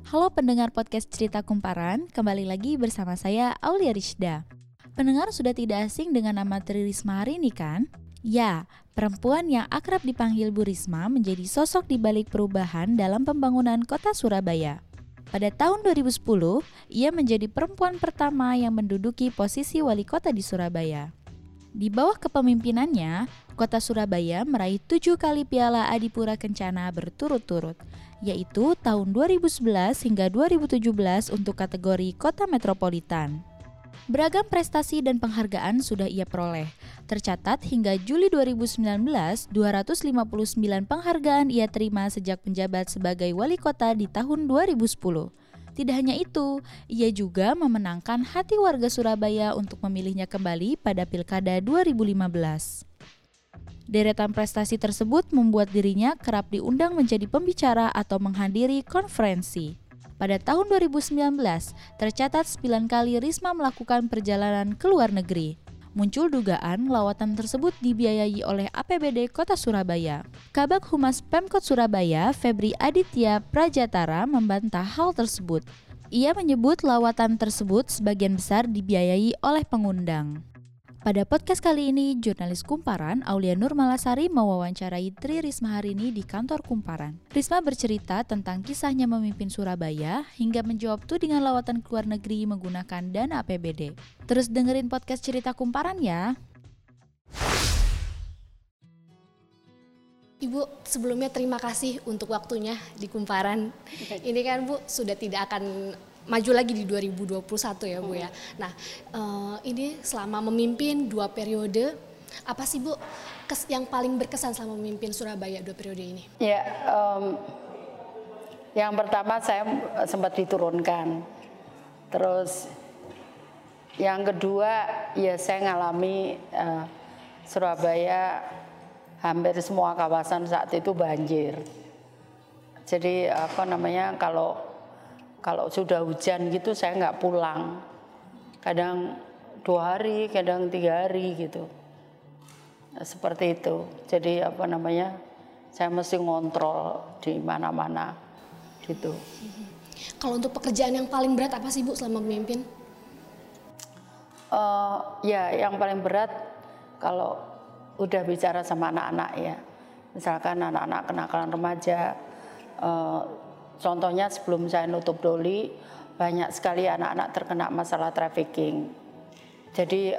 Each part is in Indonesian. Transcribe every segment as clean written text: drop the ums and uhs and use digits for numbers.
Halo pendengar podcast Cerita Kumparan, kembali lagi bersama saya Aulia Rizda. Pendengar sudah tidak asing dengan nama Tri Risma hari ini kan? Ya, perempuan yang akrab dipanggil Bu Risma menjadi sosok di balik perubahan dalam pembangunan kota Surabaya. Pada tahun 2010, ia menjadi perempuan pertama yang menduduki posisi wali kota di Surabaya. Di bawah kepemimpinannya, kota Surabaya meraih 7 kali Piala Adipura Kencana berturut-turut, yaitu tahun 2011 hingga 2017 untuk kategori kota metropolitan. Beragam prestasi dan penghargaan sudah ia peroleh. Tercatat hingga Juli 2019, 259 penghargaan ia terima sejak menjabat sebagai wali kota di tahun 2010. Tidak hanya itu, ia juga memenangkan hati warga Surabaya untuk memilihnya kembali pada Pilkada 2015. Deretan prestasi tersebut membuat dirinya kerap diundang menjadi pembicara atau menghadiri konferensi. Pada tahun 2019, tercatat 9 kali Risma melakukan perjalanan ke luar negeri. Muncul dugaan lawatan tersebut dibiayai oleh APBD Kota Surabaya. Kabag Humas Pemkot Surabaya, Febri Aditya Prajatara membantah hal tersebut. Ia menyebut lawatan tersebut sebagian besar dibiayai oleh pengundang. Pada podcast kali ini, jurnalis Kumparan, Aulia Nurmalasari mewawancarai Tri Risma hari ini di kantor Kumparan. Risma bercerita tentang kisahnya memimpin Surabaya hingga menjawab tudingan lawatan ke luar negeri menggunakan dana APBD. Terus dengerin podcast Cerita Kumparan ya. Ibu, sebelumnya terima kasih untuk waktunya di Kumparan. Ini kan Bu sudah tidak akan maju lagi di 2021 ya Bu ya. Nah, ini selama memimpin 2 periode, apa sih Bu yang paling berkesan selama memimpin Surabaya 2 periode ini? Ya, yang pertama saya sempat diturunkan. Terus yang kedua ya saya ngalami Surabaya hampir semua kawasan saat itu banjir. Jadi kalau sudah hujan gitu saya nggak pulang, kadang 2 hari, kadang 3 hari gitu, seperti itu. Jadi saya mesti ngontrol di mana-mana gitu. Kalau untuk pekerjaan yang paling berat apa sih Bu selama memimpin? Ya yang paling berat kalau udah bicara sama anak-anak ya, misalkan anak-anak kenakalan remaja. Contohnya sebelum saya nutup Doli, banyak sekali anak-anak terkena masalah trafficking. Jadi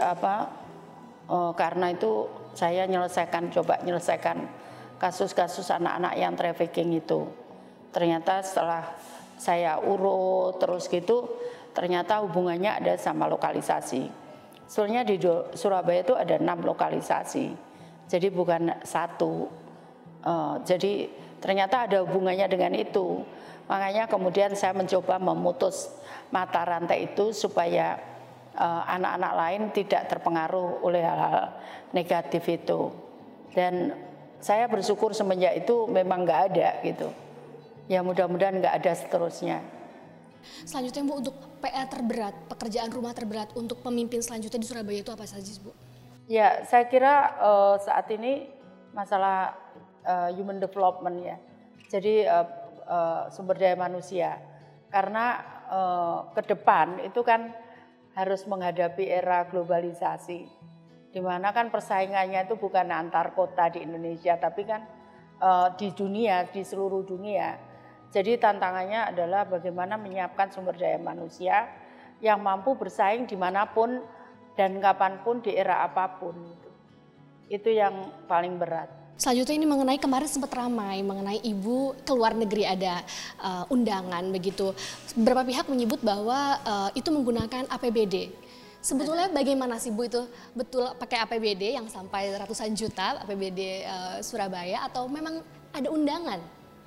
karena itu saya coba menyelesaikan kasus-kasus anak-anak yang trafficking itu. Ternyata setelah saya urut terus gitu, ternyata hubungannya ada sama lokalisasi. Sebenarnya di Surabaya itu ada 6 lokalisasi, jadi bukan 1. Jadi ternyata ada hubungannya dengan itu. Makanya kemudian saya mencoba memutus mata rantai itu supaya anak-anak lain tidak terpengaruh oleh hal-hal negatif itu. Dan saya bersyukur semenjak itu memang nggak ada gitu. Ya mudah-mudahan nggak ada seterusnya. Selanjutnya Bu, untuk PR terberat, pekerjaan rumah terberat untuk pemimpin selanjutnya di Surabaya itu apa saja Bu? Ya saya kira saat ini masalah human development ya. Jadi sumber daya manusia, karena ke depan itu kan harus menghadapi era globalisasi, di mana kan persaingannya itu bukan antar kota di Indonesia, tapi kan di dunia, di seluruh dunia. Jadi tantangannya adalah bagaimana menyiapkan sumber daya manusia yang mampu bersaing dimanapun dan kapanpun di era apapun. Itu yang paling berat. Selanjutnya ini mengenai kemarin sempat ramai mengenai Ibu ke luar negeri ada undangan begitu. Beberapa pihak menyebut bahwa itu menggunakan APBD. Sebetulnya bagaimana sih Bu itu betul pakai APBD yang sampai ratusan juta APBD Surabaya atau memang ada undangan?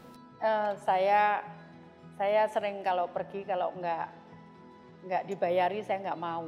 Saya sering kalau pergi kalau nggak dibayari saya nggak mau.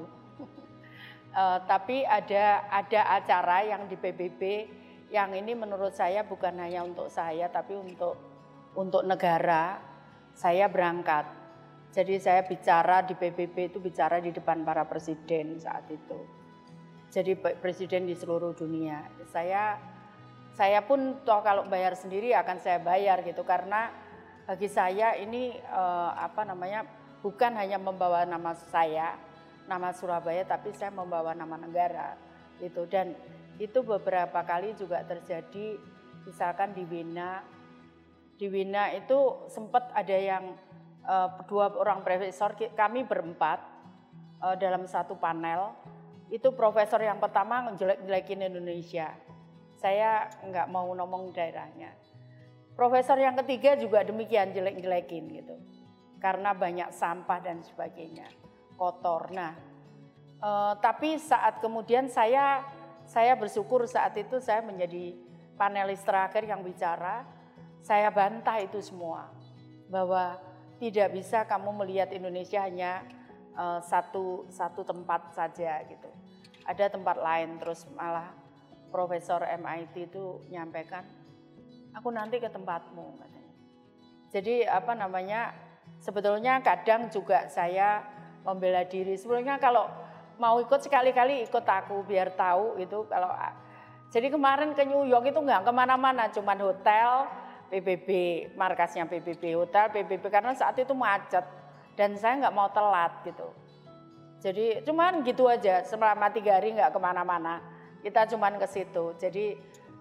Tapi ada acara yang di PBB yang ini menurut saya bukan hanya untuk saya tapi untuk negara. Saya berangkat. Jadi saya bicara di PBB itu bicara di depan para presiden saat itu. Jadi presiden di seluruh dunia. Saya pun toh kalau bayar sendiri akan saya bayar gitu, karena bagi saya ini bukan hanya membawa nama saya, nama Surabaya, tapi saya membawa nama negara gitu. Dan itu beberapa kali juga terjadi, misalkan di Wina itu sempat ada yang 2 orang profesor, kami berempat dalam satu panel. Itu profesor yang pertama ngejelek-jelekin Indonesia. Saya nggak mau ngomong daerahnya. Profesor yang ketiga juga demikian, jelek-jelekin gitu. Karena banyak sampah dan sebagainya, kotor. Nah, tapi saat kemudian saya bersyukur saat itu saya menjadi panelis terakhir yang bicara. Saya bantah itu semua, bahwa tidak bisa kamu melihat Indonesia hanya satu tempat saja gitu. Ada tempat lain. Terus malah Profesor MIT itu nyampaikan, aku nanti ke tempatmu katanya. Jadi sebetulnya kadang juga saya membela diri. Sebetulnya kalau mau ikut sekali-kali ikut aku biar tahu itu. Jadi kemarin ke New York itu nggak kemana-mana, cuman hotel, PBB, markasnya PBB, hotel PBB, karena saat itu macet dan saya nggak mau telat gitu. Jadi cuman gitu aja, selama 3 hari nggak kemana-mana, kita cuman ke situ. Jadi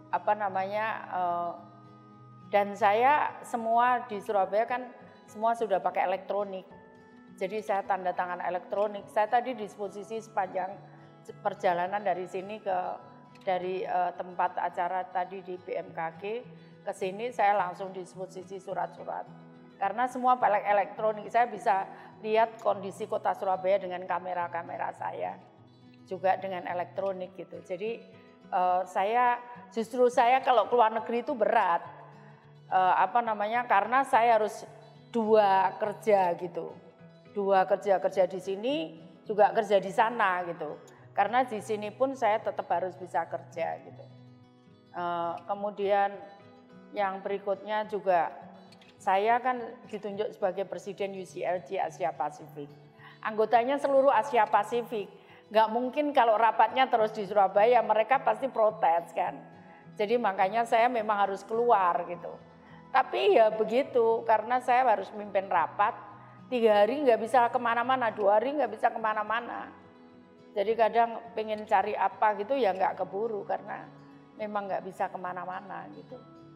dan saya semua di Surabaya kan semua sudah pakai elektronik. Jadi saya tanda tangan elektronik. Saya tadi disposisi sepanjang perjalanan dari sini dari tempat acara tadi di BMKG ke sini, saya langsung disposisi surat-surat. Karena semua pakai elektronik, saya bisa lihat kondisi kota Surabaya dengan kamera-kamera saya. Juga dengan elektronik gitu. Jadi saya kalau keluar negeri itu berat. Karena saya harus 2 kerja gitu. 2 kerja di sini, juga kerja di sana gitu. Karena di sini pun saya tetap harus bisa kerja gitu. Kemudian yang berikutnya juga, saya kan ditunjuk sebagai Presiden UCLG Asia Pasifik. Anggotanya seluruh Asia Pasifik. Nggak mungkin kalau rapatnya terus di Surabaya, mereka pasti protes kan. Jadi makanya saya memang harus keluar gitu. Tapi ya begitu, karena saya harus mimpin rapat, 3 hari nggak bisa kemana-mana, 2 hari nggak bisa kemana-mana. Jadi kadang pengen cari apa gitu ya nggak keburu, karena memang nggak bisa kemana-mana gitu.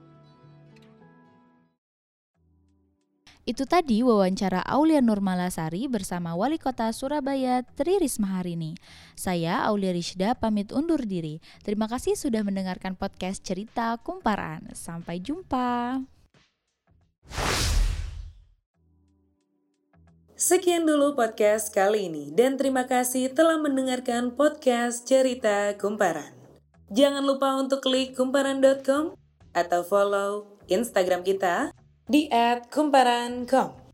Itu tadi wawancara Aulia Nurmalasari bersama Wali Kota Surabaya Tri Risma hari ini. Saya Aulia Rishda pamit undur diri. Terima kasih sudah mendengarkan podcast Cerita Kumparan. Sampai jumpa. Sekian dulu podcast kali ini dan terima kasih telah mendengarkan podcast Cerita Kumparan. Jangan lupa untuk klik kumparan.com atau follow Instagram kita di @kumparan.com.